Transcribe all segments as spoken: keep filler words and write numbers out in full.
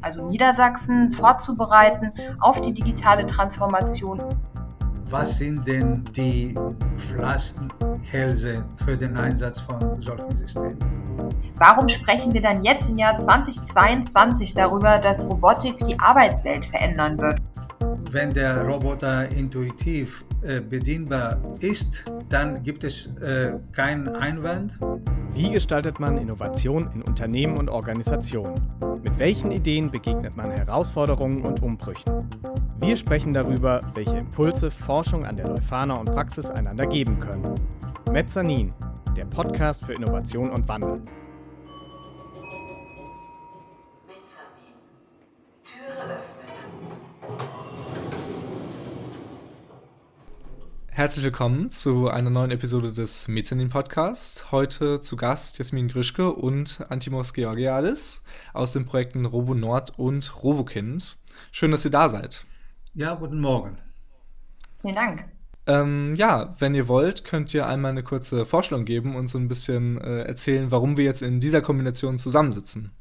also Niedersachsen, vorzubereiten auf die digitale Transformation. Was sind denn die Flaschenhälse für den Einsatz von solchen Systemen? Warum sprechen wir dann jetzt im Jahr zweitausendzweiundzwanzig darüber, dass Robotik die Arbeitswelt verändern wird? Wenn der Roboter intuitiv äh, bedienbar ist, dann gibt es äh, keinen Einwand. Wie gestaltet man Innovation in Unternehmen und Organisationen? Mit welchen Ideen begegnet man Herausforderungen und Umbrüchen? Wir sprechen darüber, welche Impulse Forschung an der Leuphana und Praxis einander geben können. Mezzanin, der Podcast für Innovation und Wandel. Mezzanin. Türe öffnet. Herzlich willkommen zu einer neuen Episode des Mezzanin Podcast. Heute zu Gast Jasmin Grischke und Antimos Georgiadis aus den Projekten RoboNord und Robokind. Schön, dass ihr da seid. Ja, guten Morgen. Vielen Dank. Ähm, ja, wenn ihr wollt, könnt ihr einmal eine kurze Vorstellung geben und so ein bisschen äh, erzählen, warum wir jetzt in dieser Kombination zusammensitzen.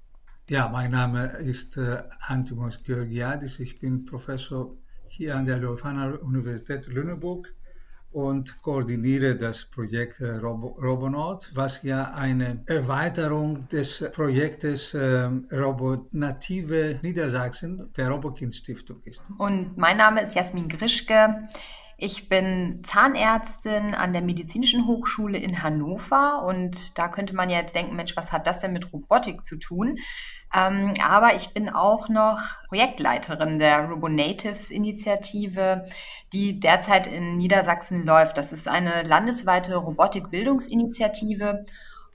Ja, mein Name ist äh, Antimos Georgiadis. Ich bin Professor hier an der Leuphana Universität Lüneburg und koordiniere das Projekt äh, Robo, RoboNord, was ja eine Erweiterung des Projektes äh, Robonative Niedersachsen der Robokind Stiftung ist. Und mein Name ist Jasmin Grischke. Ich bin Zahnärztin an der Medizinischen Hochschule in Hannover und da könnte man ja jetzt denken, Mensch, was hat das denn mit Robotik zu tun? Ähm, aber ich bin auch noch Projektleiterin der RoboNatives-Initiative, die derzeit in Niedersachsen läuft. Das ist eine landesweite Robotik-Bildungsinitiative.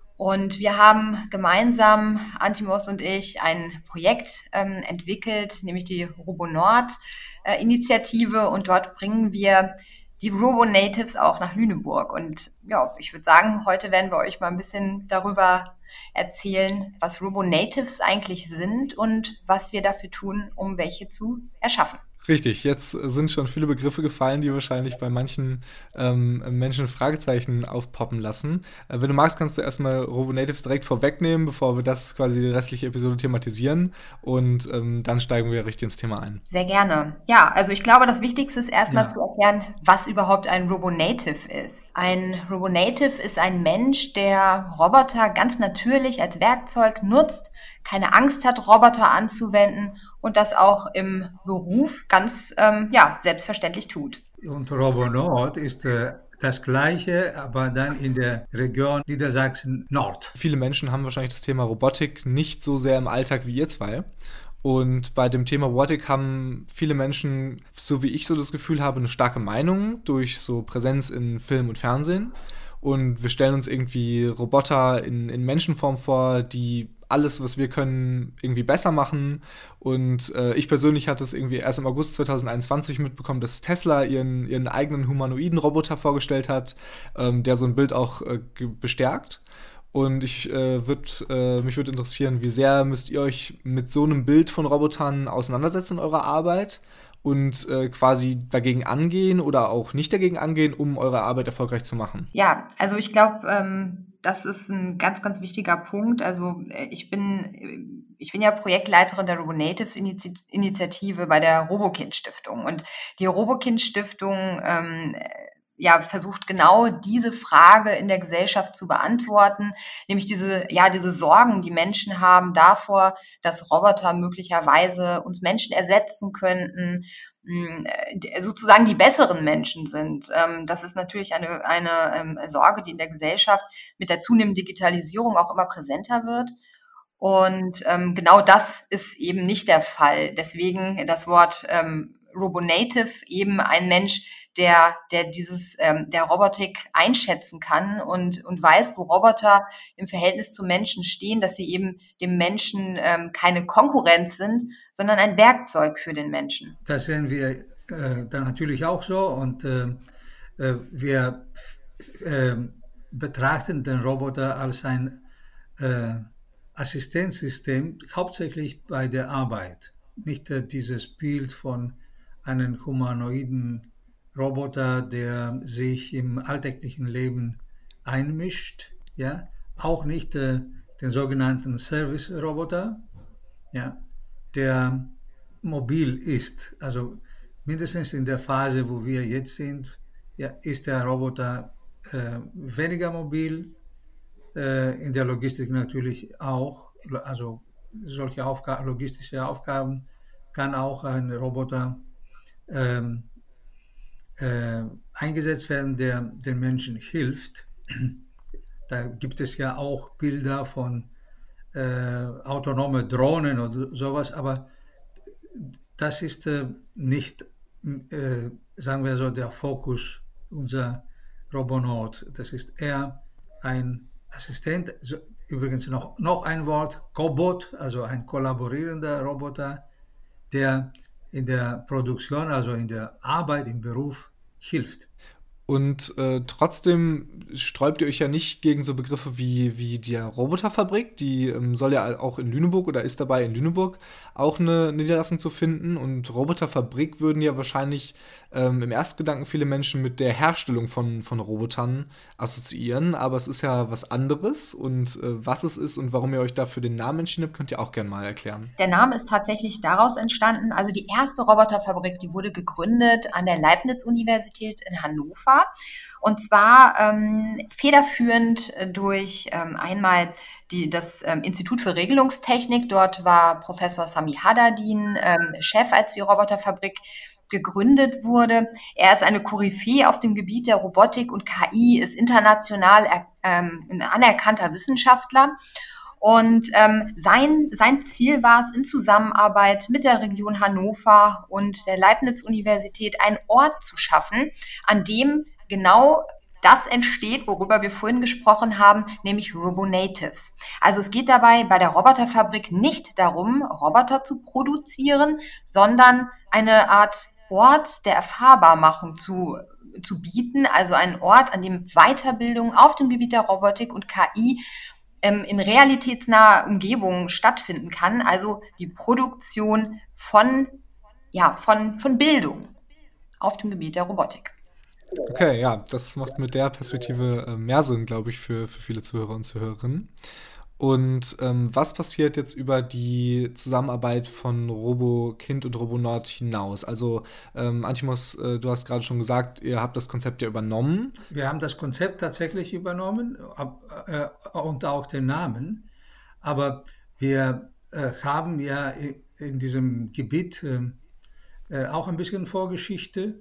Und wir haben gemeinsam, Antimos und ich, ein Projekt ähm, entwickelt, nämlich die RoboNord-Initiative. Äh, und dort bringen wir die RoboNatives auch nach Lüneburg. Und ja, ich würde sagen, heute werden wir euch mal ein bisschen darüber erzählen, was RoboNatives eigentlich sind und was wir dafür tun, um welche zu erschaffen. Richtig, jetzt sind schon viele Begriffe gefallen, die wahrscheinlich bei manchen ähm, Menschen Fragezeichen aufpoppen lassen. Äh, wenn du magst, kannst du erstmal RoboNatives direkt vorwegnehmen, bevor wir das quasi die restliche Episode thematisieren und ähm, dann steigen wir richtig ins Thema ein. Sehr gerne. Ja, also ich glaube, das Wichtigste ist erstmal Ja. zu erklären, was überhaupt ein RoboNative ist. Ein RoboNative ist ein Mensch, der Roboter ganz natürlich als Werkzeug nutzt, keine Angst hat, Roboter anzuwenden und das auch im Beruf ganz ähm, ja, selbstverständlich tut. Und RoboNord ist äh, das Gleiche, aber dann in der Region Niedersachsen-Nord. Viele Menschen haben wahrscheinlich das Thema Robotik nicht so sehr im Alltag wie ihr zwei. Und bei dem Thema Robotik haben viele Menschen, so wie ich so das Gefühl habe, eine starke Meinung durch so Präsenz in Film und Fernsehen. Und wir stellen uns irgendwie Roboter in, in Menschenform vor, die alles, was wir können, irgendwie besser machen. Und äh, ich persönlich hatte es irgendwie erst im August zweitausendeinundzwanzig mitbekommen, dass Tesla ihren, ihren eigenen humanoiden Roboter vorgestellt hat, ähm, der so ein Bild auch äh, ge- bestärkt. Und ich äh, würd, äh, mich würde interessieren, wie sehr müsst ihr euch mit so einem Bild von Robotern auseinandersetzen in eurer Arbeit und äh, quasi dagegen angehen oder auch nicht dagegen angehen, um eure Arbeit erfolgreich zu machen? Ja, also ich glaube, ähm, das ist ein ganz, ganz wichtiger Punkt. Also äh, ich bin, äh, ich bin ja Projektleiterin der RoboNatives-Initiative bei der Robokind-Stiftung. Und die Robokind-Stiftung ähm, ja, versucht genau diese Frage in der Gesellschaft zu beantworten, nämlich diese, ja, diese Sorgen, die Menschen haben davor, dass Roboter möglicherweise uns Menschen ersetzen könnten, mh, sozusagen die besseren Menschen sind. Ähm, das ist natürlich eine, eine ähm, Sorge, die in der Gesellschaft mit der zunehmenden Digitalisierung auch immer präsenter wird. Und ähm, genau das ist eben nicht der Fall. Deswegen das Wort ähm, RoboNative, eben ein Mensch, der, der dieses, ähm, der Robotik einschätzen kann und, und weiß, wo Roboter im Verhältnis zum Menschen stehen, dass sie eben dem Menschen ähm, keine Konkurrenz sind, sondern ein Werkzeug für den Menschen. Das sehen wir äh, dann natürlich auch so und äh, äh, wir äh, betrachten den Roboter als ein äh, Assistenzsystem, hauptsächlich bei der Arbeit. Nicht äh, dieses Bild von einem humanoiden Roboter, der sich im alltäglichen Leben einmischt, ja, auch nicht äh, den sogenannten Service-Roboter, ja, der mobil ist. Also mindestens in der Phase, wo wir jetzt sind, ja, ist der Roboter äh, weniger mobil, äh, in der Logistik natürlich auch. Also solche Aufga- logistische Aufgaben kann auch ein Roboter ähm, äh, eingesetzt werden, der den Menschen hilft. Da gibt es ja auch Bilder von äh, autonome Drohnen oder sowas, aber das ist äh, nicht, äh, sagen wir so, der Fokus unserer Robonaut. Das ist eher ein Assistent, so, übrigens noch, noch ein Wort, Cobot, also ein kollaborierender Roboter, der in der Produktion, also in der Arbeit, im Beruf hilft. Und äh, trotzdem sträubt ihr euch ja nicht gegen so Begriffe wie, wie die Roboterfabrik. Die ähm, soll ja auch in Lüneburg oder ist dabei in Lüneburg auch eine Niederlassung zu finden. Und Roboterfabrik würden ja wahrscheinlich ähm, im Erstgedanken viele Menschen mit der Herstellung von, von Robotern assoziieren. Aber es ist ja was anderes. Und äh, was es ist und warum ihr euch dafür den Namen entschieden habt, könnt ihr auch gerne mal erklären. Der Name ist tatsächlich daraus entstanden. Also die erste Roboterfabrik, die wurde gegründet an der Leibniz-Universität in Hannover. Und zwar ähm, federführend durch ähm, einmal die, das ähm, Institut für Regelungstechnik. Dort war Professor Sami Haddadin ähm, Chef, als die Roboterfabrik gegründet wurde. Er ist eine Koryphäe auf dem Gebiet der Robotik und K I, ist international er, ähm, ein anerkannter Wissenschaftler. Und ähm, sein, sein Ziel war es, in Zusammenarbeit mit der Region Hannover und der Leibniz-Universität einen Ort zu schaffen, an dem genau das entsteht, worüber wir vorhin gesprochen haben, nämlich Robonatives. Also es geht dabei bei der Roboterfabrik nicht darum, Roboter zu produzieren, sondern eine Art Ort der Erfahrbarmachung zu, zu bieten, also einen Ort, an dem Weiterbildung auf dem Gebiet der Robotik und K I in realitätsnaher Umgebung stattfinden kann, also die Produktion von, ja, von, von Bildung auf dem Gebiet der Robotik. Okay, ja, das macht mit der Perspektive äh, mehr Sinn, glaube ich, für, für viele Zuhörer und Zuhörerinnen. Und ähm, was passiert jetzt über die Zusammenarbeit von RoboKind und RoboNord hinaus? Also ähm, Antimos, äh, du hast gerade schon gesagt, ihr habt das Konzept ja übernommen. Wir haben das Konzept tatsächlich übernommen ab, äh, und auch den Namen. Aber wir äh, haben ja in, in diesem Gebiet äh, auch ein bisschen Vorgeschichte.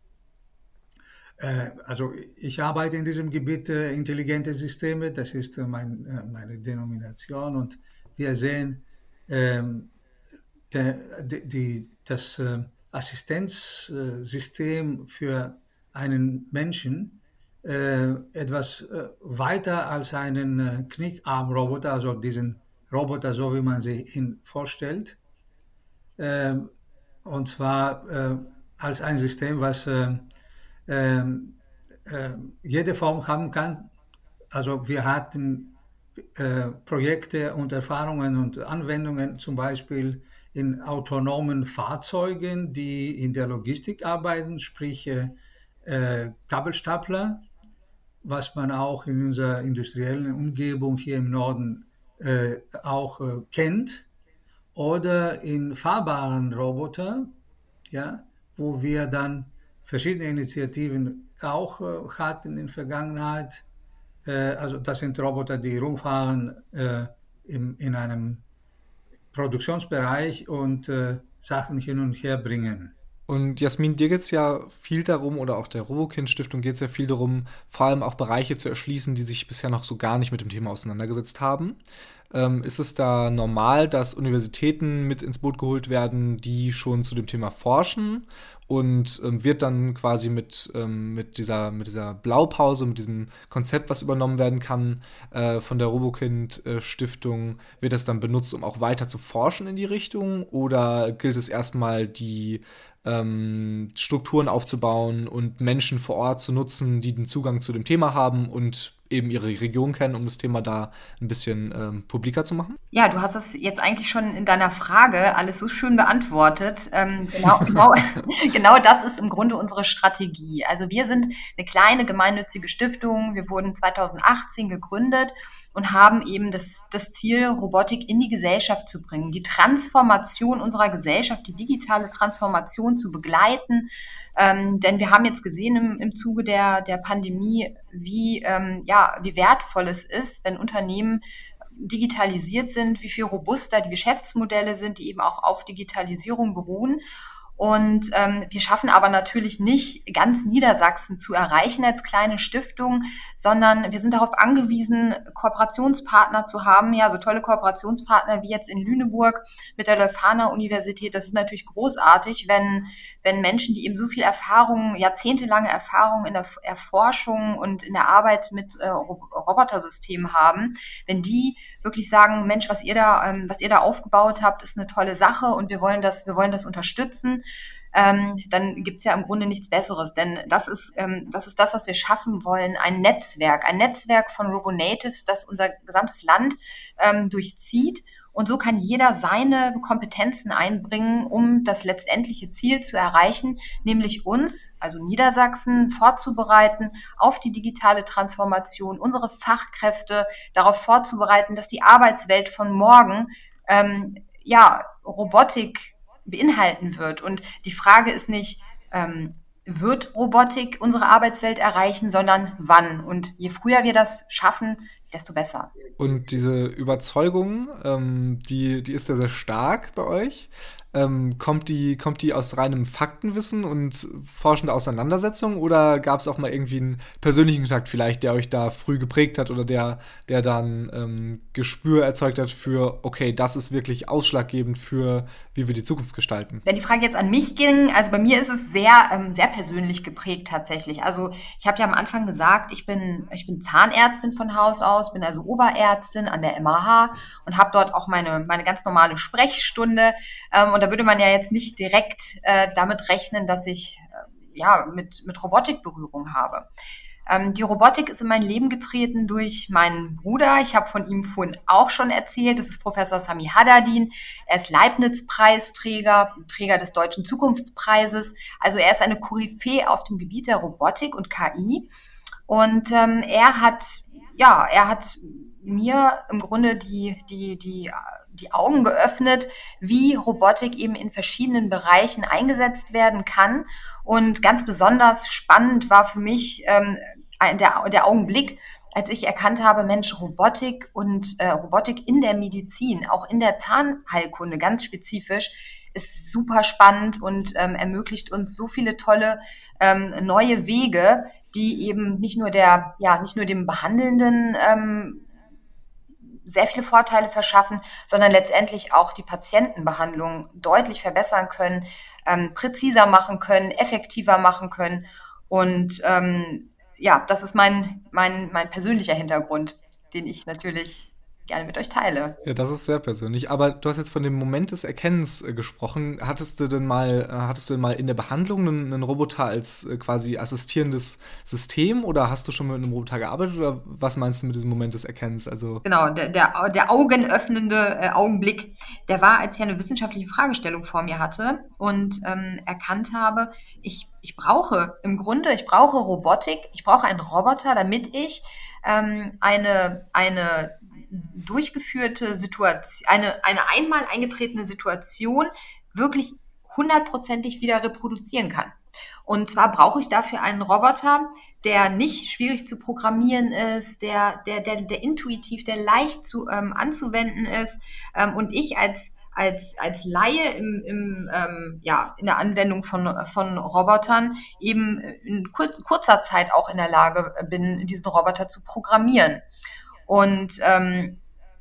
Also ich arbeite in diesem Gebiet äh, intelligente Systeme, das ist äh, mein, äh, meine Denomination, und wir sehen ähm, der, die, das äh, Assistenzsystem für einen Menschen äh, etwas äh, weiter als einen äh, Knickarm-Roboter, also diesen Roboter, so wie man sich ihn vorstellt, äh, und zwar äh, als ein System, was äh, Ähm, äh, jede Form haben kann. Also wir hatten äh, Projekte und Erfahrungen und Anwendungen, zum Beispiel in autonomen Fahrzeugen, die in der Logistik arbeiten, sprich äh, Gabelstapler, was man auch in unserer industriellen Umgebung hier im Norden äh, auch äh, kennt, oder in fahrbaren Roboter, ja, wo wir dann verschiedene Initiativen auch äh, hatten in der Vergangenheit. Äh, also das sind Roboter, die rumfahren äh, im, in einem Produktionsbereich und äh, Sachen hin und her bringen. Und Jasmin, dir geht es ja viel darum, oder auch der RoboKind-Stiftung geht es ja viel darum, vor allem auch Bereiche zu erschließen, die sich bisher noch so gar nicht mit dem Thema auseinandergesetzt haben. Ähm, ist es da normal, dass Universitäten mit ins Boot geholt werden, die schon zu dem Thema forschen? Und ähm, wird dann quasi mit, ähm, mit, dieser, mit dieser Blaupause, mit diesem Konzept, was übernommen werden kann äh, von der RoboKind-Stiftung, wird das dann benutzt, um auch weiter zu forschen in die Richtung? Oder gilt es erstmal, die Strukturen aufzubauen und Menschen vor Ort zu nutzen, die den Zugang zu dem Thema haben und eben ihre Region kennen, um das Thema da ein bisschen ähm, publiker zu machen? Ja, du hast das jetzt eigentlich schon in deiner Frage alles so schön beantwortet. Ähm, genau, genau, genau das ist im Grunde unsere Strategie. Also wir sind eine kleine gemeinnützige Stiftung. Wir wurden zweitausendachtzehn gegründet und haben eben das, das Ziel, Robotik in die Gesellschaft zu bringen, die Transformation unserer Gesellschaft, die digitale Transformation zu begleiten. Ähm, denn wir haben jetzt gesehen im, im Zuge der, der Pandemie, wie, ähm, ja, wie wertvoll es ist, wenn Unternehmen digitalisiert sind, wie viel robuster die Geschäftsmodelle sind, die eben auch auf Digitalisierung beruhen. Und ähm, wir schaffen aber natürlich nicht, ganz Niedersachsen zu erreichen als kleine Stiftung, sondern wir sind darauf angewiesen, Kooperationspartner zu haben, ja, so tolle Kooperationspartner wie jetzt in Lüneburg mit der Leuphana-Universität. Das ist natürlich großartig, wenn, wenn Menschen, die eben so viel Erfahrung, jahrzehntelange Erfahrung in der Erforschung und in der Arbeit mit äh, Robotersystemen haben, wenn die wirklich sagen, Mensch, was ihr da, ähm, was ihr da aufgebaut habt, ist eine tolle Sache und wir wollen das, wir wollen das unterstützen. Ähm, dann gibt's ja im Grunde nichts Besseres, denn das ist, ähm, das ist das, was wir schaffen wollen, ein Netzwerk, ein Netzwerk von Robonatives, das unser gesamtes Land ähm, durchzieht. Und so kann jeder seine Kompetenzen einbringen, um das letztendliche Ziel zu erreichen, nämlich uns, also Niedersachsen, vorzubereiten auf die digitale Transformation, unsere Fachkräfte darauf vorzubereiten, dass die Arbeitswelt von morgen ähm, ja Robotik beinhalten wird. Und die Frage ist nicht, ähm, wird Robotik unsere Arbeitswelt erreichen, sondern wann. Und je früher wir das schaffen, desto besser. Und diese Überzeugung, ähm, die, die ist ja sehr stark bei euch. Ähm, kommt die, kommt die aus reinem Faktenwissen und forschender Auseinandersetzung oder gab es auch mal irgendwie einen persönlichen Kontakt vielleicht, der euch da früh geprägt hat oder der, der dann ähm, Gespür erzeugt hat für, okay, das ist wirklich ausschlaggebend für, wie wir die Zukunft gestalten? Wenn die Frage jetzt an mich ging, also bei mir ist es sehr, ähm, sehr persönlich geprägt tatsächlich. Also ich habe ja am Anfang gesagt, ich bin, ich bin Zahnärztin von Haus aus, bin also Oberärztin an der M A H und habe dort auch meine, meine ganz normale Sprechstunde. Ähm, und da würde man ja jetzt nicht direkt äh, damit rechnen, dass ich äh, ja mit, mit Robotik Berührung habe. Ähm, die Robotik ist in mein Leben getreten durch meinen Bruder. Ich habe von ihm vorhin auch schon erzählt. Das ist Professor Sami Haddadin. Er ist Leibniz-Preisträger, Träger des Deutschen Zukunftspreises. Also er ist eine Koryphäe auf dem Gebiet der Robotik und K I. Und ähm, er hat, ja, er hat mir im Grunde die, die, die, die Augen geöffnet, wie Robotik eben in verschiedenen Bereichen eingesetzt werden kann. Und ganz besonders spannend war für mich ähm, der, der Augenblick, als ich erkannt habe, Mensch, Robotik und äh, Robotik in der Medizin, auch in der Zahnheilkunde ganz spezifisch, ist super spannend und ähm, ermöglicht uns so viele tolle ähm, neue Wege, die eben nicht nur der, ja, nicht nur dem Behandelnden ähm, sehr viele Vorteile verschaffen, sondern letztendlich auch die Patientenbehandlung deutlich verbessern können, ähm, präziser machen können, effektiver machen können. Und ähm, ja, das ist mein, mein, mein persönlicher Hintergrund, den ich natürlich gerne mit euch teile. Ja, das ist sehr persönlich. Aber du hast jetzt von dem Moment des Erkennens äh, gesprochen. Hattest du denn mal, äh, hattest du denn mal in der Behandlung einen, einen Roboter als äh, quasi assistierendes System oder hast du schon mit einem Roboter gearbeitet oder was meinst du mit diesem Moment des Erkennens? Also genau, der, der, der augenöffnende äh, Augenblick, der war, als ich eine wissenschaftliche Fragestellung vor mir hatte und ähm, erkannt habe, ich, ich brauche im Grunde, ich brauche Robotik, ich brauche einen Roboter, damit ich ähm, eine, eine durchgeführte Situation, eine, eine einmal eingetretene Situation wirklich hundertprozentig wieder reproduzieren kann. Und zwar brauche ich dafür einen Roboter, der nicht schwierig zu programmieren ist, der, der, der, der intuitiv, der leicht zu, ähm, anzuwenden ist. Ähm, und ich als als als Laie im, im ähm, ja in der Anwendung von von Robotern eben in kurz, kurzer Zeit auch in der Lage bin, diesen Roboter zu programmieren. Und ähm,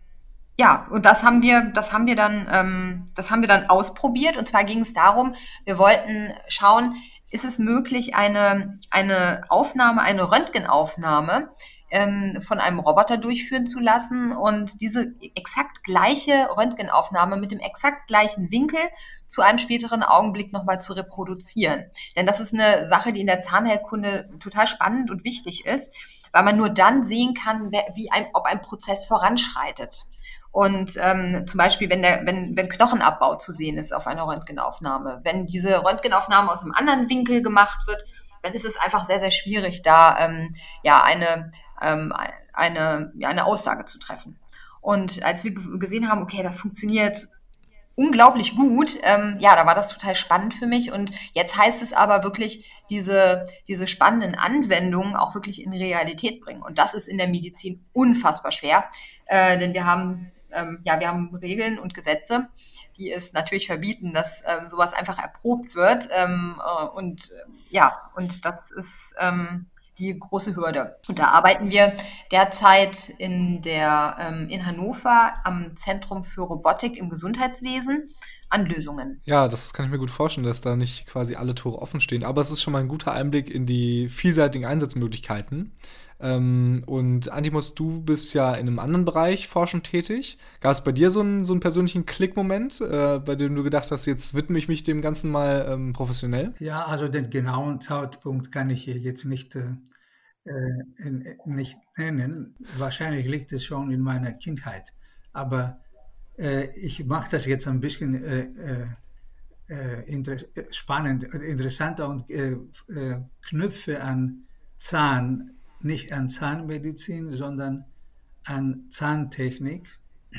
ja, und das haben wir, das haben wir dann, ähm, das haben wir dann ausprobiert. Und zwar ging es darum, wir wollten schauen, ist es möglich, eine eine Aufnahme, eine Röntgenaufnahme ähm, von einem Roboter durchführen zu lassen und diese exakt gleiche Röntgenaufnahme mit dem exakt gleichen Winkel zu einem späteren Augenblick nochmal zu reproduzieren. Denn das ist eine Sache, die in der Zahnheilkunde total spannend und wichtig ist. weil man nur dann sehen kann, wer, wie ein, ob ein Prozess voranschreitet. Und ähm, zum Beispiel, wenn, der, wenn, wenn Knochenabbau zu sehen ist auf einer Röntgenaufnahme, wenn diese Röntgenaufnahme aus einem anderen Winkel gemacht wird, dann ist es einfach sehr, sehr schwierig, da ähm, ja eine, ähm, eine, ja, eine Aussage zu treffen. Und als wir gesehen haben, okay, das funktioniert unglaublich gut, ähm, ja, da war das total spannend für mich. Und jetzt heißt es aber wirklich, diese, diese spannenden Anwendungen auch wirklich in Realität bringen. Und das ist in der Medizin unfassbar schwer, äh, denn wir haben Ähm, ja, wir haben Regeln und Gesetze, die es natürlich verbieten, dass ähm, sowas einfach erprobt wird. Ähm, äh, und äh, ja, und das ist ähm, die große Hürde. Und da arbeiten wir derzeit in der ähm, in Hannover am Zentrum für Robotik im Gesundheitswesen an Lösungen. Ja, das kann ich mir gut vorstellen, dass da nicht quasi alle Tore offen stehen. Aber es ist schon mal ein guter Einblick in die vielseitigen Einsatzmöglichkeiten. Ähm, und Antimos, du bist ja in einem anderen Bereich forschend tätig. Gab es bei dir so einen, so einen persönlichen Klickmoment, äh, bei dem du gedacht hast, jetzt widme ich mich dem Ganzen mal ähm, professionell? Ja, also den genauen Zeitpunkt kann ich hier jetzt nicht, äh, in, nicht nennen. Wahrscheinlich liegt es schon in meiner Kindheit. Aber äh, ich mache das jetzt ein bisschen äh, äh, inter spannend, interessanter und äh, äh, knüpfe an Zahn, nicht an Zahnmedizin, sondern an Zahntechnik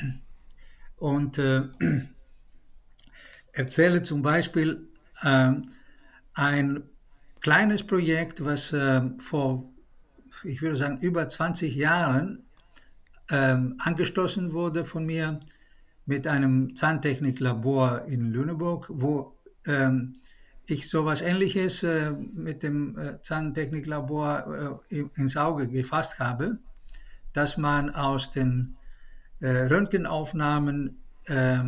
und äh, erzähle zum Beispiel äh, ein kleines Projekt, was äh, vor, ich würde sagen, über zwanzig Jahren äh, angestoßen wurde von mir mit einem Zahntechniklabor in Lüneburg, wo äh, ich sowas Ähnliches äh, mit dem äh, Zahntechniklabor äh, ins Auge gefasst habe, dass man aus den äh, Röntgenaufnahmen äh,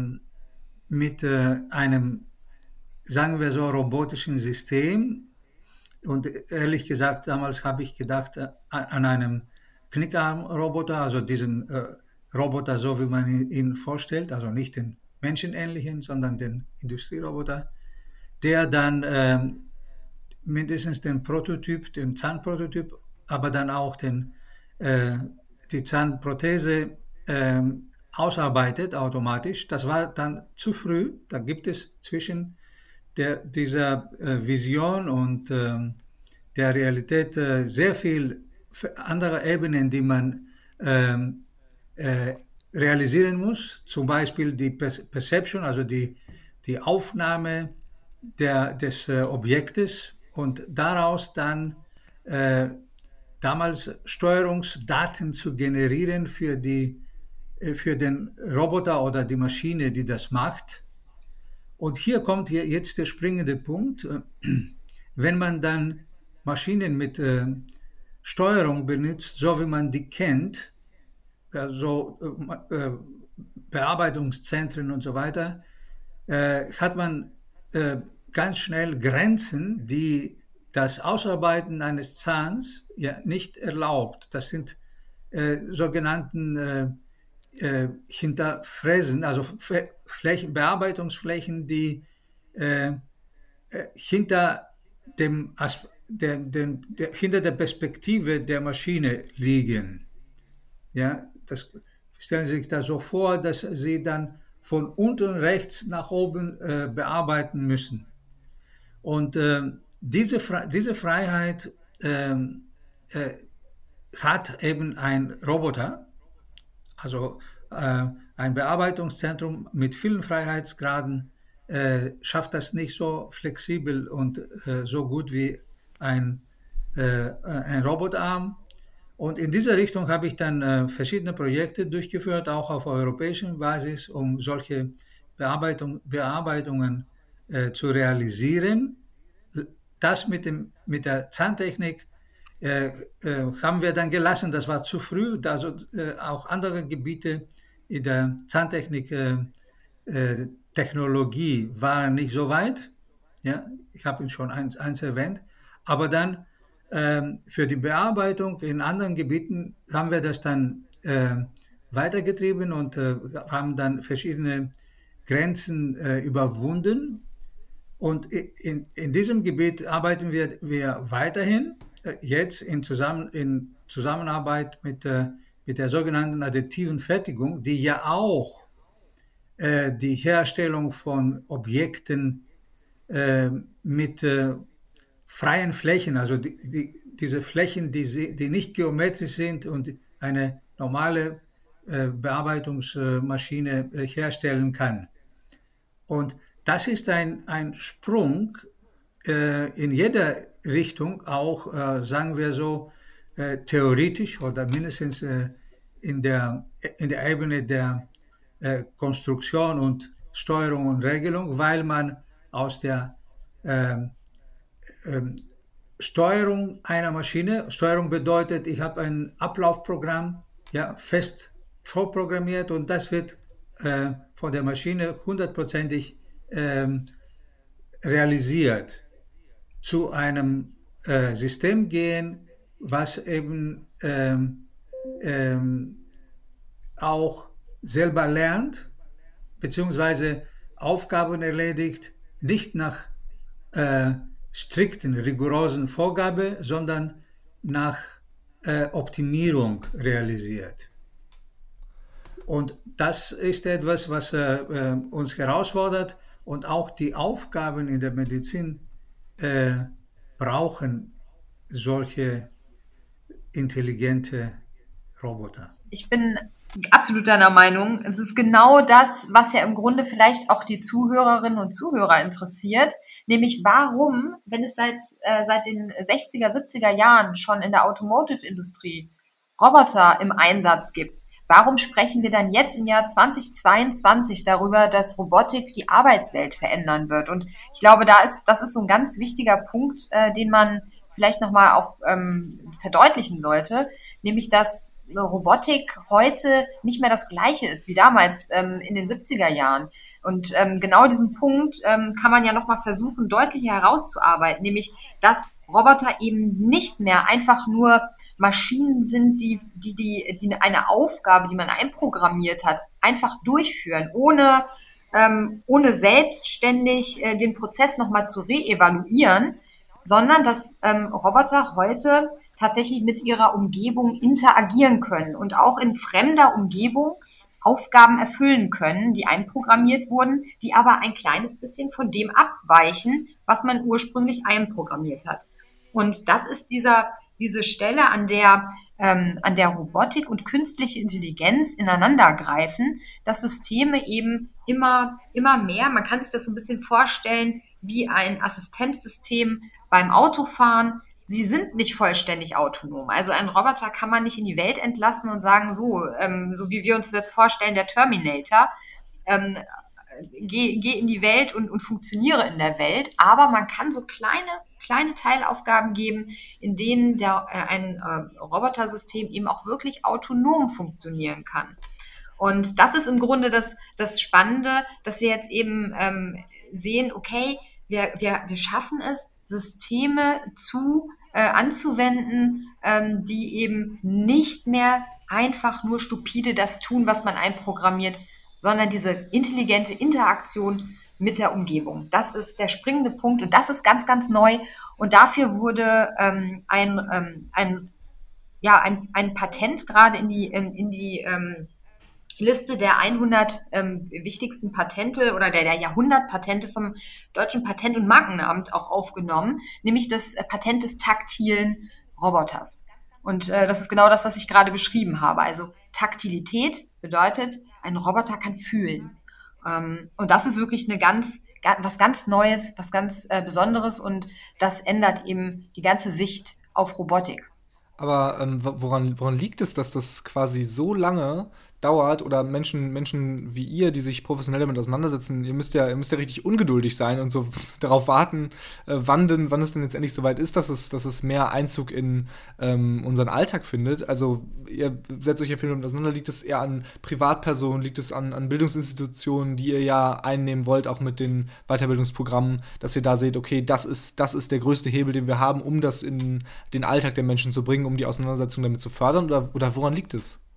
mit äh, einem, sagen wir so, robotischen System, und ehrlich gesagt, damals habe ich gedacht äh, an einem Knickarm-Roboter, also diesen äh, Roboter, so wie man ihn vorstellt, also nicht den menschenähnlichen, sondern den Industrieroboter, der dann ähm, mindestens den Prototyp, den Zahnprototyp, aber dann auch den, äh, die Zahnprothese äh, ausarbeitet automatisch. Das war dann zu früh. Da gibt es zwischen der, dieser äh, Vision und äh, der Realität äh, sehr viel andere Ebenen, die man äh, äh, realisieren muss. Zum Beispiel die Perception, also die, die Aufnahme der, des äh, Objektes und daraus dann äh, damals Steuerungsdaten zu generieren für, die, äh, für den Roboter oder die Maschine, die das macht. Und hier kommt hier jetzt der springende Punkt. Wenn man dann Maschinen mit äh, Steuerung benutzt, so wie man die kennt, also äh, Bearbeitungszentren und so weiter, äh, hat man äh, ganz schnell Grenzen, die das Ausarbeiten eines Zahns ja nicht erlaubt. Das sind äh, sogenannten äh, äh, Hinterfräsen, also Flächen, Bearbeitungsflächen, die äh, äh, hinter dem, der, dem, der, hinter der Perspektive der Maschine liegen. Ja, das stellen Sie sich da so vor, dass Sie dann von unten rechts nach oben äh, bearbeiten müssen. Und äh, diese, diese Freiheit äh, äh, hat eben ein Roboter, also äh, ein Bearbeitungszentrum mit vielen Freiheitsgraden äh, schafft das nicht so flexibel und äh, so gut wie ein, äh, ein Robotarm. Und in dieser Richtung habe ich dann äh, verschiedene Projekte durchgeführt, auch auf europäischer Basis, um solche Bearbeitung, Bearbeitungen äh, zu realisieren. Das mit, dem, mit der Zahntechnik äh, äh, haben wir dann gelassen, das war zu früh, da so, äh, auch andere Gebiete in der Zahntechnik äh, äh, Technologie waren nicht so weit. Ja, ich habe ihn schon eins, eins erwähnt, aber dann ähm, für die Bearbeitung in anderen Gebieten haben wir das dann äh, weitergetrieben und äh, haben dann verschiedene Grenzen äh, überwunden. Und in, in diesem Gebiet arbeiten wir, wir weiterhin. äh, jetzt in, zusammen, in Zusammenarbeit mit, äh, mit der sogenannten additiven Fertigung, die ja auch äh, die Herstellung von Objekten äh, mit äh, freien Flächen, also die, die, diese Flächen, die, sie, die nicht geometrisch sind und eine normale äh, Bearbeitungsmaschine äh, herstellen kann. Und das ist ein, ein Sprung äh, in jeder Richtung, auch, äh, sagen wir so, äh, theoretisch oder mindestens äh, in, der, in der Ebene der äh, Konstruktion und Steuerung und Regelung, weil man aus der ähm, ähm, Steuerung einer Maschine, Steuerung bedeutet, ich habe ein Ablaufprogramm, ja, fest vorprogrammiert und das wird äh, von der Maschine hundertprozentig ähm, realisiert, zu einem äh, System gehen, was eben ähm, ähm, auch selber lernt, beziehungsweise Aufgaben erledigt, nicht nach äh, strikten, rigorosen Vorgabe, sondern nach äh, Optimierung realisiert. Und das ist etwas, was äh, äh, uns herausfordert und auch die Aufgaben in der Medizin äh, brauchen solche intelligente Roboter. Ich bin absolut deiner Meinung. Es ist genau das, was ja im Grunde vielleicht auch die Zuhörerinnen und Zuhörer interessiert, nämlich warum, wenn es seit, äh, seit den sechziger, siebziger Jahren schon in der Automotive-Industrie Roboter im Einsatz gibt, warum sprechen wir dann jetzt im Jahr zweitausendzweiundzwanzig darüber, dass Robotik die Arbeitswelt verändern wird? Und ich glaube, da ist, das ist so ein ganz wichtiger Punkt, äh, den man vielleicht nochmal auch ähm, verdeutlichen sollte, nämlich dass Robotik heute nicht mehr das Gleiche ist wie damals ähm, in den siebziger Jahren. Und ähm, genau diesen Punkt ähm, kann man ja nochmal versuchen, deutlicher herauszuarbeiten, nämlich dass Roboter eben nicht mehr einfach nur Maschinen sind, die, die, die, die eine Aufgabe, die man einprogrammiert hat, einfach durchführen, ohne, ähm, ohne selbstständig äh, den Prozess nochmal zu reevaluieren, sondern dass ähm, Roboter heute tatsächlich mit ihrer Umgebung interagieren können und auch in fremder Umgebung Aufgaben erfüllen können, die einprogrammiert wurden, die aber ein kleines bisschen von dem abweichen, was man ursprünglich einprogrammiert hat. Und das ist dieser, diese Stelle, an der, ähm, an der Robotik und künstliche Intelligenz ineinander greifen, dass Systeme eben immer, immer mehr, man kann sich das so ein bisschen vorstellen, wie ein Assistenzsystem beim Autofahren. Sie sind nicht vollständig autonom. Also ein Roboter kann man nicht in die Welt entlassen und sagen, so, ähm, so wie wir uns das jetzt vorstellen, der Terminator, ähm, geh, geh in die Welt und, und funktioniere in der Welt. Aber man kann so kleine, kleine Teilaufgaben geben, in denen der, äh, ein äh, Robotersystem eben auch wirklich autonom funktionieren kann. Und das ist im Grunde das, das Spannende, dass wir jetzt eben ähm, sehen, okay, wir, wir, wir schaffen es, Systeme zu äh, anzuwenden, ähm, die eben nicht mehr einfach nur stupide das tun, was man einprogrammiert, sondern diese intelligente Interaktion mit der Umgebung. Das ist der springende Punkt und das ist ganz, ganz neu. Und dafür wurde ähm, ein, ähm, ein, ja, ein, ein Patent gerade in die, in, in die ähm, Liste der hundert ähm, wichtigsten Patente oder der, der Jahrhundertpatente vom Deutschen Patent- und Markenamt auch aufgenommen, nämlich das äh, Patent des taktilen Roboters. Und äh, das ist genau das, was ich gerade beschrieben habe. Also Taktilität bedeutet, ein Roboter kann fühlen. Ähm, und das ist wirklich eine ganz, was ganz Neues, was ganz äh, Besonderes und das ändert eben die ganze Sicht auf Robotik. Aber ähm, woran, woran liegt es, dass das quasi so lange dauert oder Menschen, Menschen wie ihr, die sich professionell damit auseinandersetzen, ihr müsst ja, ihr müsst ja richtig ungeduldig sein und so darauf warten, äh, wann denn, wann es denn jetzt endlich soweit ist, dass es, dass es mehr Einzug in ähm, unseren Alltag findet. Also ihr setzt euch ja viel damit auseinander, liegt es eher an Privatpersonen, liegt es an, an Bildungsinstitutionen, die ihr ja einnehmen wollt, auch mit den Weiterbildungsprogrammen, dass ihr da seht, okay, das ist, das ist der größte Hebel, den wir haben, um das in den Alltag der Menschen zu bringen, um die Auseinandersetzung damit zu fördern, oder, oder woran liegt es?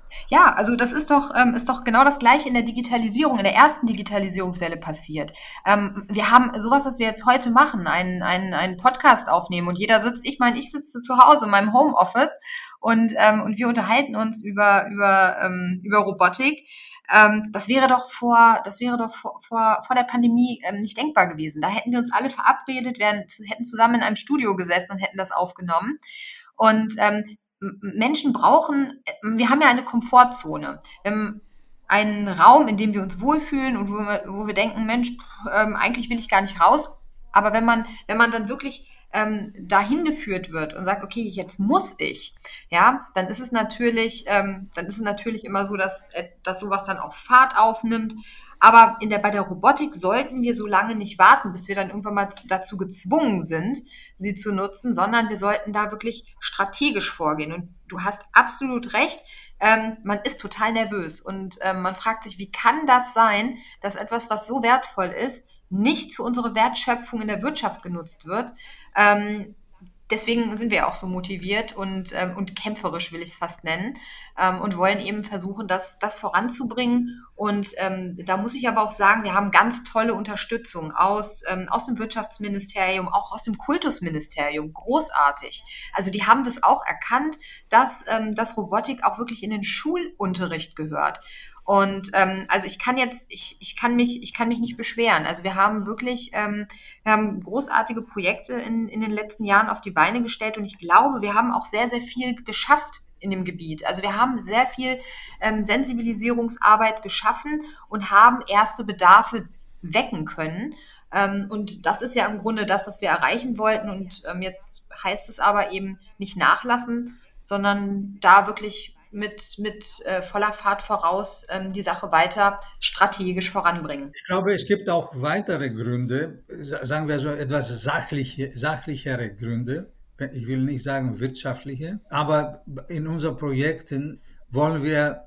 Ja, also das ist doch, ähm, ist doch genau das Gleiche in der Digitalisierung, in der ersten Digitalisierungswelle passiert. Ähm, wir haben sowas, was wir jetzt heute machen, einen, einen, einen Podcast aufnehmen und jeder sitzt, ich meine, ich sitze zu Hause in meinem Homeoffice und, ähm, und wir unterhalten uns über, über, ähm, über Robotik. Ähm, das wäre doch vor, das wäre doch vor, vor, vor der Pandemie ähm, nicht denkbar gewesen. Da hätten wir uns alle verabredet, wären, hätten zusammen in einem Studio gesessen und hätten das aufgenommen. Und ähm, Menschen brauchen, wir haben ja eine Komfortzone. Wir haben einen Raum, in dem wir uns wohlfühlen und wo wir, wo wir denken, Mensch, ähm, eigentlich will ich gar nicht raus. Aber wenn man, wenn man dann wirklich ähm, dahin geführt wird und sagt, okay, jetzt muss ich, ja, dann ist es natürlich, ähm, dann ist es natürlich immer so, dass, äh, dass sowas dann auch Fahrt aufnimmt. Aber in der, bei der Robotik sollten wir so lange nicht warten, bis wir dann irgendwann mal zu, dazu gezwungen sind, sie zu nutzen, sondern wir sollten da wirklich strategisch vorgehen. Und du hast absolut recht, ähm, man ist total nervös und ähm, man fragt sich, wie kann das sein, dass etwas, was so wertvoll ist, nicht für unsere Wertschöpfung in der Wirtschaft genutzt wird. Ähm, Deswegen sind wir auch so motiviert und, ähm, und kämpferisch, will ich es fast nennen, ähm, und wollen eben versuchen, das, das voranzubringen. Und ähm, da muss ich aber auch sagen, wir haben ganz tolle Unterstützung aus, ähm, aus dem Wirtschaftsministerium, auch aus dem Kultusministerium. Großartig. Also die haben das auch erkannt, dass, ähm, dass Robotik auch wirklich in den Schulunterricht gehört. Und ähm, also ich kann jetzt, ich, ich kann mich, ich kann mich nicht beschweren. Also wir haben wirklich, ähm, wir haben großartige Projekte in, in den letzten Jahren auf die Beine gestellt und ich glaube, wir haben auch sehr, sehr viel geschafft in dem Gebiet. Also wir haben sehr viel ähm, Sensibilisierungsarbeit geschaffen und haben erste Bedarfe wecken können. Ähm, und das ist ja im Grunde das, was wir erreichen wollten. Und ähm, jetzt heißt es aber eben nicht nachlassen, sondern da wirklich mit, mit äh, voller Fahrt voraus ähm, die Sache weiter strategisch voranbringen. Ich glaube, es gibt auch weitere Gründe, sagen wir so etwas sachliche, sachlichere Gründe. Ich will nicht sagen wirtschaftliche, aber in unseren Projekten wollen wir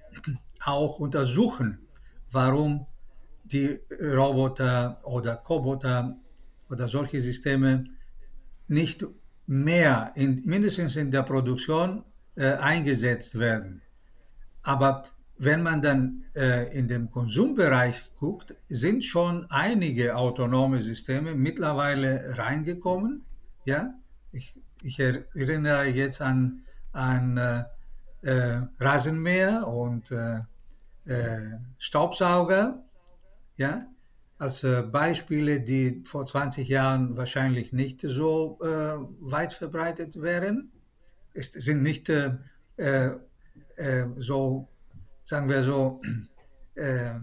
auch untersuchen, warum die Roboter oder Coboter oder solche Systeme nicht mehr, in, mindestens in der Produktion, äh, eingesetzt werden. Aber wenn man dann äh, in den Konsumbereich guckt, sind schon einige autonome Systeme mittlerweile reingekommen. Ja? Ich, ich erinnere jetzt an, an äh, äh, Rasenmäher und äh, äh, Staubsauger, ja? Als äh, Beispiele, die vor zwanzig Jahren wahrscheinlich nicht so äh, weit verbreitet wären. Es sind nicht äh, äh, so, sagen wir so, äh,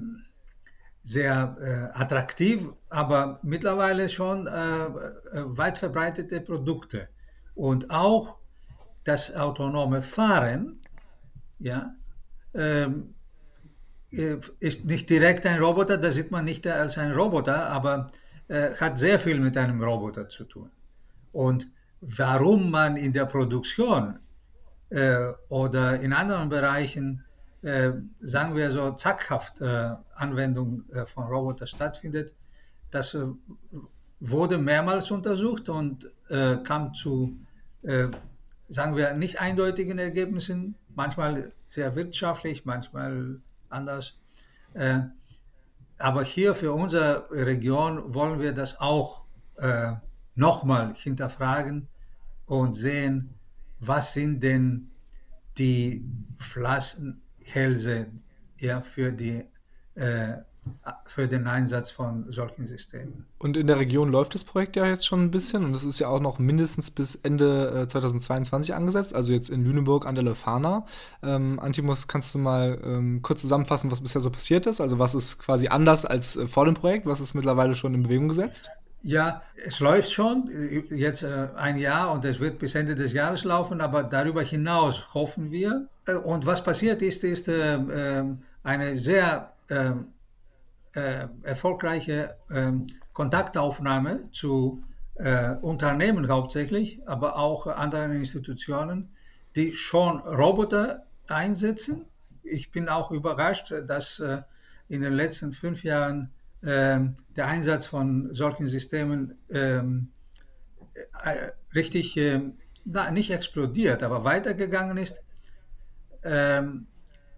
sehr äh, attraktiv, aber mittlerweile schon äh, weit verbreitete Produkte. Und auch das autonome Fahren, ja, ähm, ist nicht direkt ein Roboter, da sieht man nicht als ein Roboter, aber äh, hat sehr viel mit einem Roboter zu tun. Und warum man in der Produktion äh, oder in anderen Bereichen, äh, sagen wir so, zackhaft äh, Anwendung äh, von Robotern stattfindet, das äh, wurde mehrmals untersucht und äh, kam zu, äh, sagen wir, nicht eindeutigen Ergebnissen, manchmal sehr wirtschaftlich, manchmal anders. Äh, aber hier für unsere Region wollen wir das auch äh, nochmal hinterfragen und sehen, was sind denn die Flaschenhälse, ja, für, die, äh, für den Einsatz von solchen Systemen. Und in der Region läuft das Projekt ja jetzt schon ein bisschen und das ist ja auch noch mindestens bis Ende äh, zweitausendzweiundzwanzig angesetzt, also jetzt in Lüneburg an der Leuphana. Ähm, Antimos, kannst du mal ähm, kurz zusammenfassen, was bisher so passiert ist? Also was ist quasi anders als äh, vor dem Projekt? Was ist mittlerweile schon in Bewegung gesetzt? Ja, es läuft schon jetzt äh, ein Jahr und es wird bis Ende des Jahres laufen, aber darüber hinaus hoffen wir. Äh, und was passiert ist, ist äh, äh, eine sehr äh, äh, erfolgreiche äh, Kontaktaufnahme zu äh, Unternehmen hauptsächlich, aber auch anderen Institutionen, die schon Roboter einsetzen. Ich bin auch überrascht, dass äh, in den letzten fünf Jahren Ähm, der Einsatz von solchen Systemen ähm, äh, richtig, äh, na, nicht explodiert, aber weitergegangen ist. Ähm,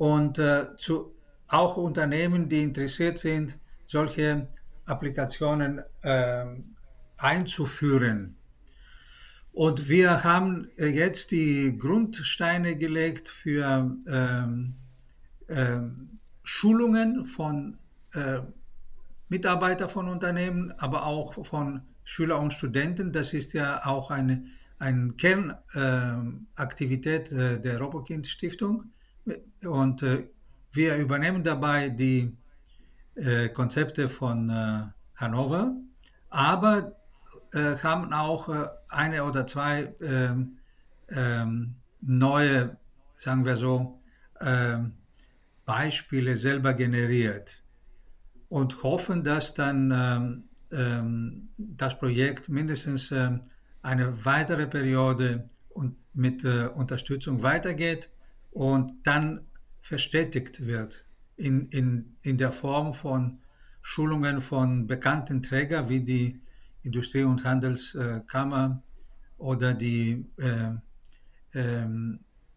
und äh, zu, auch Unternehmen, die interessiert sind, solche Applikationen äh, einzuführen. Und wir haben äh, jetzt die Grundsteine gelegt für ähm, ähm, Schulungen von äh, Mitarbeitern von Unternehmen, aber auch von Schülern und Studenten. Das ist ja auch eine, eine Kernaktivität äh, der Robokind Stiftung. Und äh, wir übernehmen dabei die äh, Konzepte von äh, Hannover, aber äh, haben auch äh, eine oder zwei ähm, ähm, neue, sagen wir so, ähm, Beispiele selber generiert und hoffen, dass dann ähm, ähm, das Projekt mindestens ähm, eine weitere Periode und mit äh, Unterstützung weitergeht und dann verstetigt wird in, in, in der Form von Schulungen von bekannten Trägern wie die Industrie- und Handelskammer oder die äh, ähm,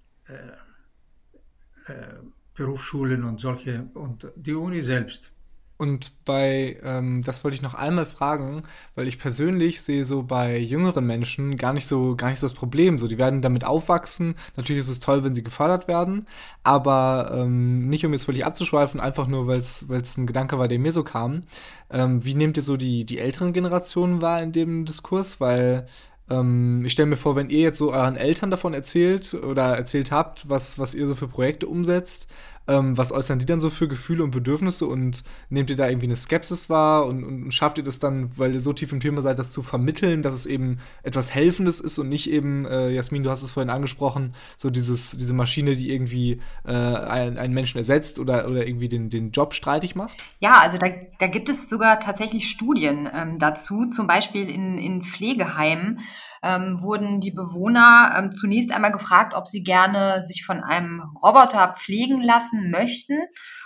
äh, äh, Berufsschulen und solche und die Uni selbst. Und bei, ähm, das wollte ich noch einmal fragen, weil ich persönlich sehe so bei jüngeren Menschen gar nicht so, gar nicht so das Problem. So, die werden damit aufwachsen. Natürlich ist es toll, wenn sie gefördert werden, aber ähm, nicht, um jetzt völlig abzuschweifen, einfach nur, weil es ein Gedanke war, der mir so kam. Ähm, wie nehmt ihr so die, die älteren Generationen wahr in dem Diskurs? Weil ähm, ich stelle mir vor, wenn ihr jetzt so euren Eltern davon erzählt oder erzählt habt, was, was ihr so für Projekte umsetzt, ähm, was äußern die dann so für Gefühle und Bedürfnisse und nehmt ihr da irgendwie eine Skepsis wahr und, und schafft ihr das dann, weil ihr so tief im Thema seid, das zu vermitteln, dass es eben etwas Helfendes ist und nicht eben, äh, Jasmin, du hast es vorhin angesprochen, so dieses, diese Maschine, die irgendwie äh, einen, einen Menschen ersetzt oder, oder irgendwie den, den Job streitig macht? Ja, also da, da gibt es sogar tatsächlich Studien ähm, dazu, zum Beispiel in, in Pflegeheimen ähm, wurden die Bewohner ähm, zunächst einmal gefragt, ob sie gerne sich von einem Roboter pflegen lassen möchten.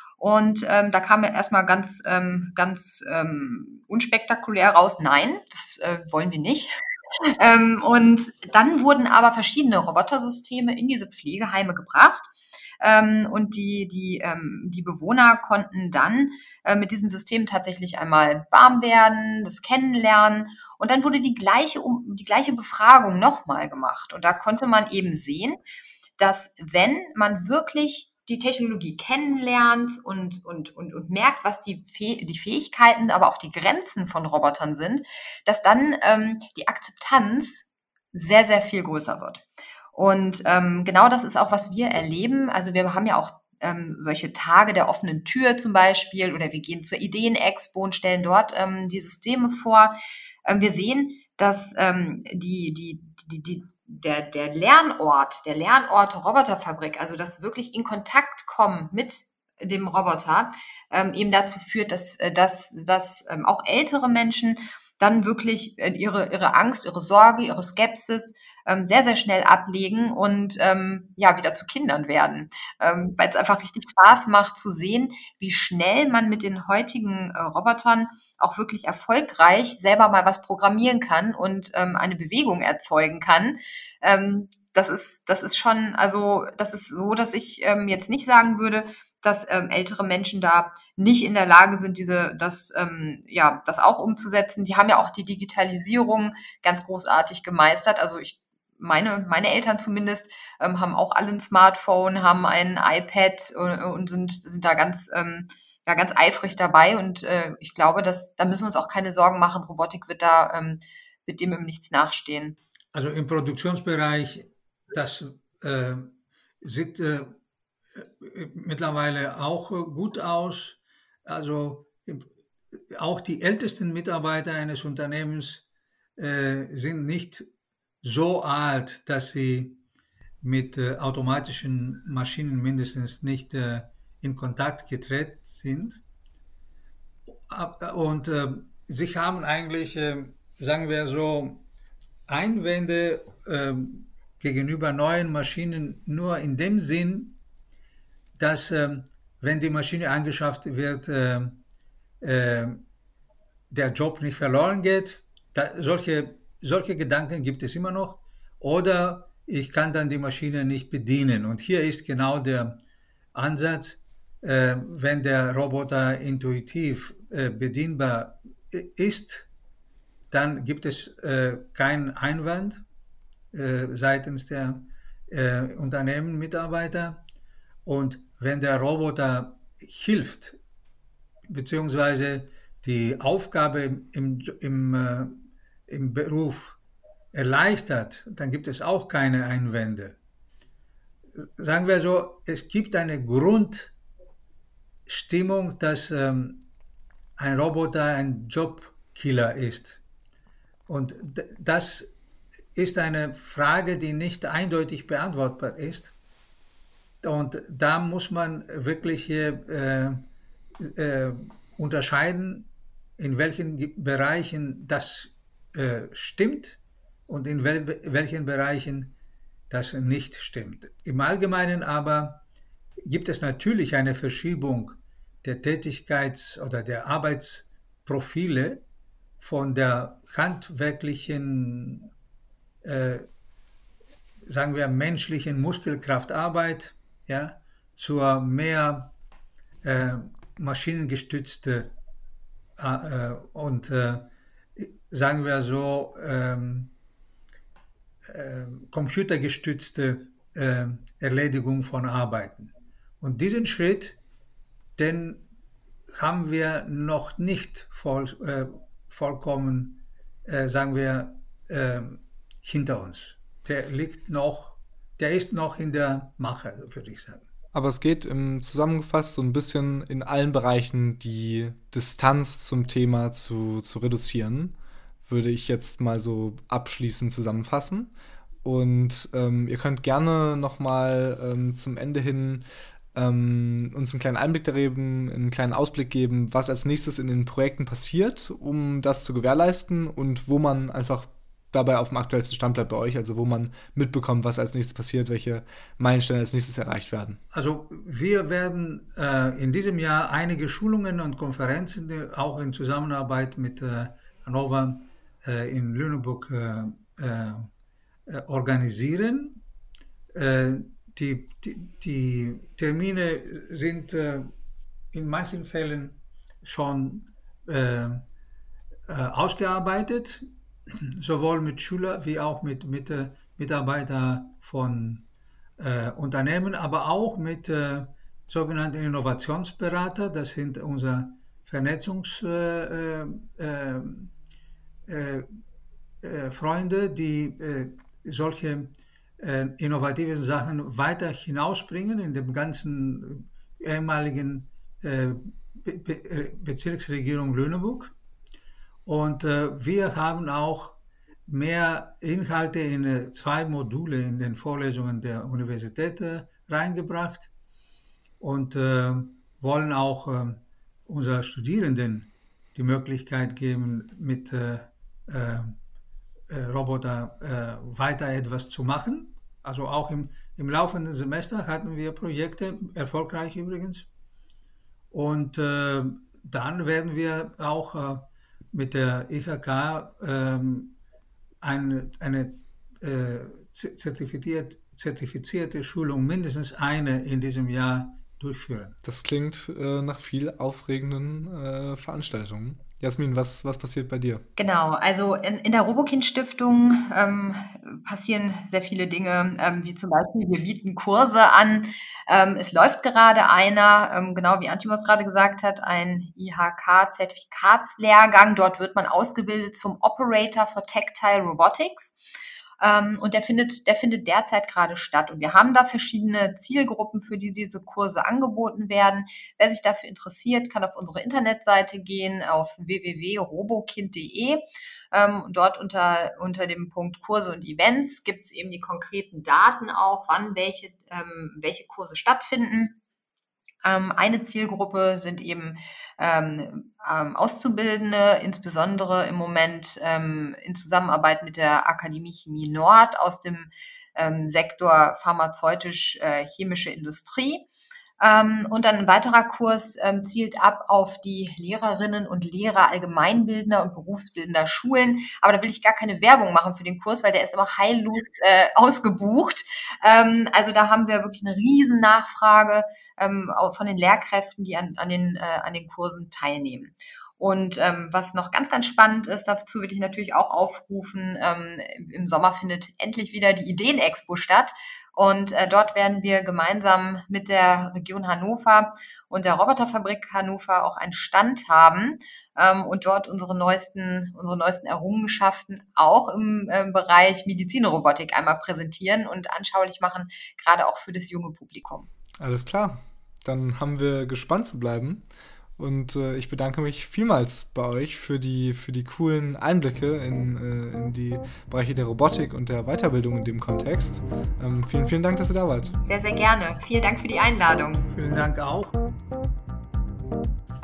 Und ähm, da kam ja erstmal ganz, ähm, ganz ähm, unspektakulär raus, nein, das äh, wollen wir nicht. ähm, und dann wurden aber verschiedene Robotersysteme in diese Pflegeheime gebracht. Ähm, und die, die, ähm, die Bewohner konnten dann äh, mit diesen Systemen tatsächlich einmal warm werden, das kennenlernen. Und dann wurde die gleiche, um, die gleiche Befragung nochmal gemacht. Und da konnte man eben sehen, dass wenn man wirklich die Technologie kennenlernt und, und, und, und merkt, was die, Fäh- die Fähigkeiten, aber auch die Grenzen von Robotern sind, dass dann ähm, die Akzeptanz sehr, sehr viel größer wird. Und ähm, genau das ist auch, was wir erleben. Also wir haben ja auch ähm, solche Tage der offenen Tür zum Beispiel oder wir gehen zur Ideen-Expo und stellen dort ähm, die Systeme vor. Ähm, wir sehen, dass ähm, die, die, die, die, der, der Lernort, der Lernort Roboterfabrik, also das wirklich in Kontakt kommen mit dem Roboter, ähm, eben dazu führt, dass, äh, dass, dass ähm, auch ältere Menschen dann wirklich äh, ihre, ihre Angst, ihre Sorge, ihre Skepsis ähm, sehr, sehr schnell ablegen und ähm, ja wieder zu Kindern werden. Ähm, weil es einfach richtig Spaß macht zu sehen, wie schnell man mit den heutigen äh, Robotern auch wirklich erfolgreich selber mal was programmieren kann und ähm, eine Bewegung erzeugen kann. Ähm, das ist, das ist schon, also das ist so, dass ich ähm, jetzt nicht sagen würde, dass ähm, ältere Menschen da nicht in der Lage sind, diese, das, ähm, ja, das auch umzusetzen. Die haben ja auch die Digitalisierung ganz großartig gemeistert. Also ich meine, meine Eltern zumindest ähm, haben auch alle ein Smartphone, haben ein iPad und, und sind, sind da ganz, ähm, ja, ganz eifrig dabei. Und äh, ich glaube, dass da müssen wir uns auch keine Sorgen machen. Robotik wird da, ähm, wird dem im Nichts nachstehen. Also im Produktionsbereich, das äh, sieht äh, mittlerweile auch äh, gut aus. Also im, auch die ältesten Mitarbeiter eines Unternehmens äh, sind nicht so alt, dass sie mit äh, automatischen Maschinen mindestens nicht äh, in Kontakt getreten sind. Und äh, sie haben eigentlich, äh, sagen wir so, Einwände äh, gegenüber neuen Maschinen nur in dem Sinn, dass äh, wenn die Maschine angeschafft wird, äh, äh, der Job nicht verloren geht. Da, solche, solche Gedanken gibt es immer noch. Oder ich kann dann die Maschine nicht bedienen. Und hier ist genau der Ansatz. Äh, wenn der Roboter intuitiv äh, bedienbar ist, dann gibt es äh, keinen Einwand äh, seitens der äh, Unternehmen, Mitarbeiter. Und wenn der Roboter hilft, beziehungsweise die Aufgabe im, im, äh, im Beruf erleichtert, dann gibt es auch keine Einwände. Sagen wir so, es gibt eine Grundstimmung, dass ähm, ein Roboter ein Jobkiller ist. Und d- das ist eine Frage, die nicht eindeutig beantwortbar ist. Und da muss man wirklich hier äh, äh, unterscheiden, in welchen Ge- Bereichen das äh, stimmt und in wel welchen Bereichen das nicht stimmt. Im Allgemeinen aber gibt es natürlich eine Verschiebung der Tätigkeits- oder der Arbeitsprofile von der handwerklichen, äh, sagen wir, menschlichen Muskelkraftarbeit, ja, zur mehr äh, maschinengestützte äh, und äh, sagen wir so ähm, äh, computergestützte äh, Erledigung von Arbeiten. Und diesen Schritt, den haben wir noch nicht voll, äh, vollkommen, äh, sagen wir, äh, hinter uns. Der liegt noch, der ist noch in der Mache, würde ich sagen. Aber es geht im zusammengefasst so ein bisschen in allen Bereichen die Distanz zum Thema zu, zu reduzieren, würde ich jetzt mal so abschließend zusammenfassen. Und ähm, ihr könnt gerne nochmal ähm, zum Ende hin ähm, uns einen kleinen Einblick darüber geben, einen kleinen Ausblick geben, was als nächstes in den Projekten passiert, um das zu gewährleisten und wo man einfach dabei auf dem aktuellsten Stand bleibt bei euch, also wo man mitbekommt, was als nächstes passiert, welche Meilensteine als nächstes erreicht werden. Also wir werden äh, in diesem Jahr einige Schulungen und Konferenzen, die auch in Zusammenarbeit mit äh, Hannover äh, in Lüneburg äh, äh, organisieren. Äh, die, die, die Termine sind äh, in manchen Fällen schon äh, äh, ausgearbeitet, sowohl mit Schülern wie auch mit, mit äh, Mitarbeitern von äh, Unternehmen, aber auch mit äh, sogenannten Innovationsberater. Das sind unsere Vernetzungsfreunde, äh, äh, äh, Freunde, die äh, solche äh, innovativen Sachen weiter hinausbringen in dem ganzen ehemaligen äh, Be Be Bezirksregierung Lüneburg. Und äh, wir haben auch mehr Inhalte in äh, zwei Module in den Vorlesungen der Universität äh, reingebracht und äh, wollen auch äh, unseren Studierenden die Möglichkeit geben, mit äh, äh, Roboter äh, weiter etwas zu machen. Also auch im, im laufenden Semester hatten wir Projekte, erfolgreich übrigens. Und äh, dann werden wir auch äh, mit der I H K ähm, eine, eine äh, zertifiziert, zertifizierte Schulung, mindestens eine in diesem Jahr durchführen. Das klingt äh, nach viel aufregenden äh, Veranstaltungen. Jasmin, was, was passiert bei dir? Genau, also in, in der Robokind-Stiftung ähm, passieren sehr viele Dinge, ähm, wie zum Beispiel, wir bieten Kurse an. Ähm, es läuft gerade einer, ähm, genau wie Antimos gerade gesagt hat, ein I H K-Zertifikatslehrgang. Dort wird man ausgebildet zum Operator for Tactile Robotics. Ähm, und der findet, der findet derzeit gerade statt. Und wir haben da verschiedene Zielgruppen, für die diese Kurse angeboten werden. Wer sich dafür interessiert, kann auf unsere Internetseite gehen, auf w w w punkt robokind punkt de. Ähm, dort unter, unter dem Punkt Kurse und Events gibt es eben die konkreten Daten auch, wann welche, ähm, welche Kurse stattfinden. Ähm, eine Zielgruppe sind eben ähm, ähm, Auszubildende, insbesondere im Moment ähm, in Zusammenarbeit mit der Akademie Chemie Nord aus dem ähm, Sektor pharmazeutisch-chemische Industrie. Ähm, und dann ein weiterer Kurs ähm, zielt ab auf die Lehrerinnen und Lehrer allgemeinbildender und berufsbildender Schulen. Aber da will ich gar keine Werbung machen für den Kurs, weil der ist immer heillos äh, ausgebucht. Ähm, also da haben wir wirklich eine riesen Nachfrage ähm, auch von den Lehrkräften, die an, an, den, äh, an den Kursen teilnehmen. Und ähm, was noch ganz, ganz spannend ist, dazu will ich natürlich auch aufrufen, ähm, im Sommer findet endlich wieder die Ideen-Expo statt. Und äh, dort werden wir gemeinsam mit der Region Hannover und der Roboterfabrik Hannover auch einen Stand haben ähm, und dort unsere neuesten, unsere neuesten Errungenschaften auch im äh, Bereich Medizinrobotik einmal präsentieren und anschaulich machen, gerade auch für das junge Publikum. Alles klar, dann haben wir gespannt zu bleiben. Und äh, ich bedanke mich vielmals bei euch für die, für die coolen Einblicke in, äh, in die Bereiche der Robotik und der Weiterbildung in dem Kontext. Ähm, vielen, vielen Dank, dass ihr da wart. Sehr, sehr gerne. Vielen Dank für die Einladung. Vielen Dank auch.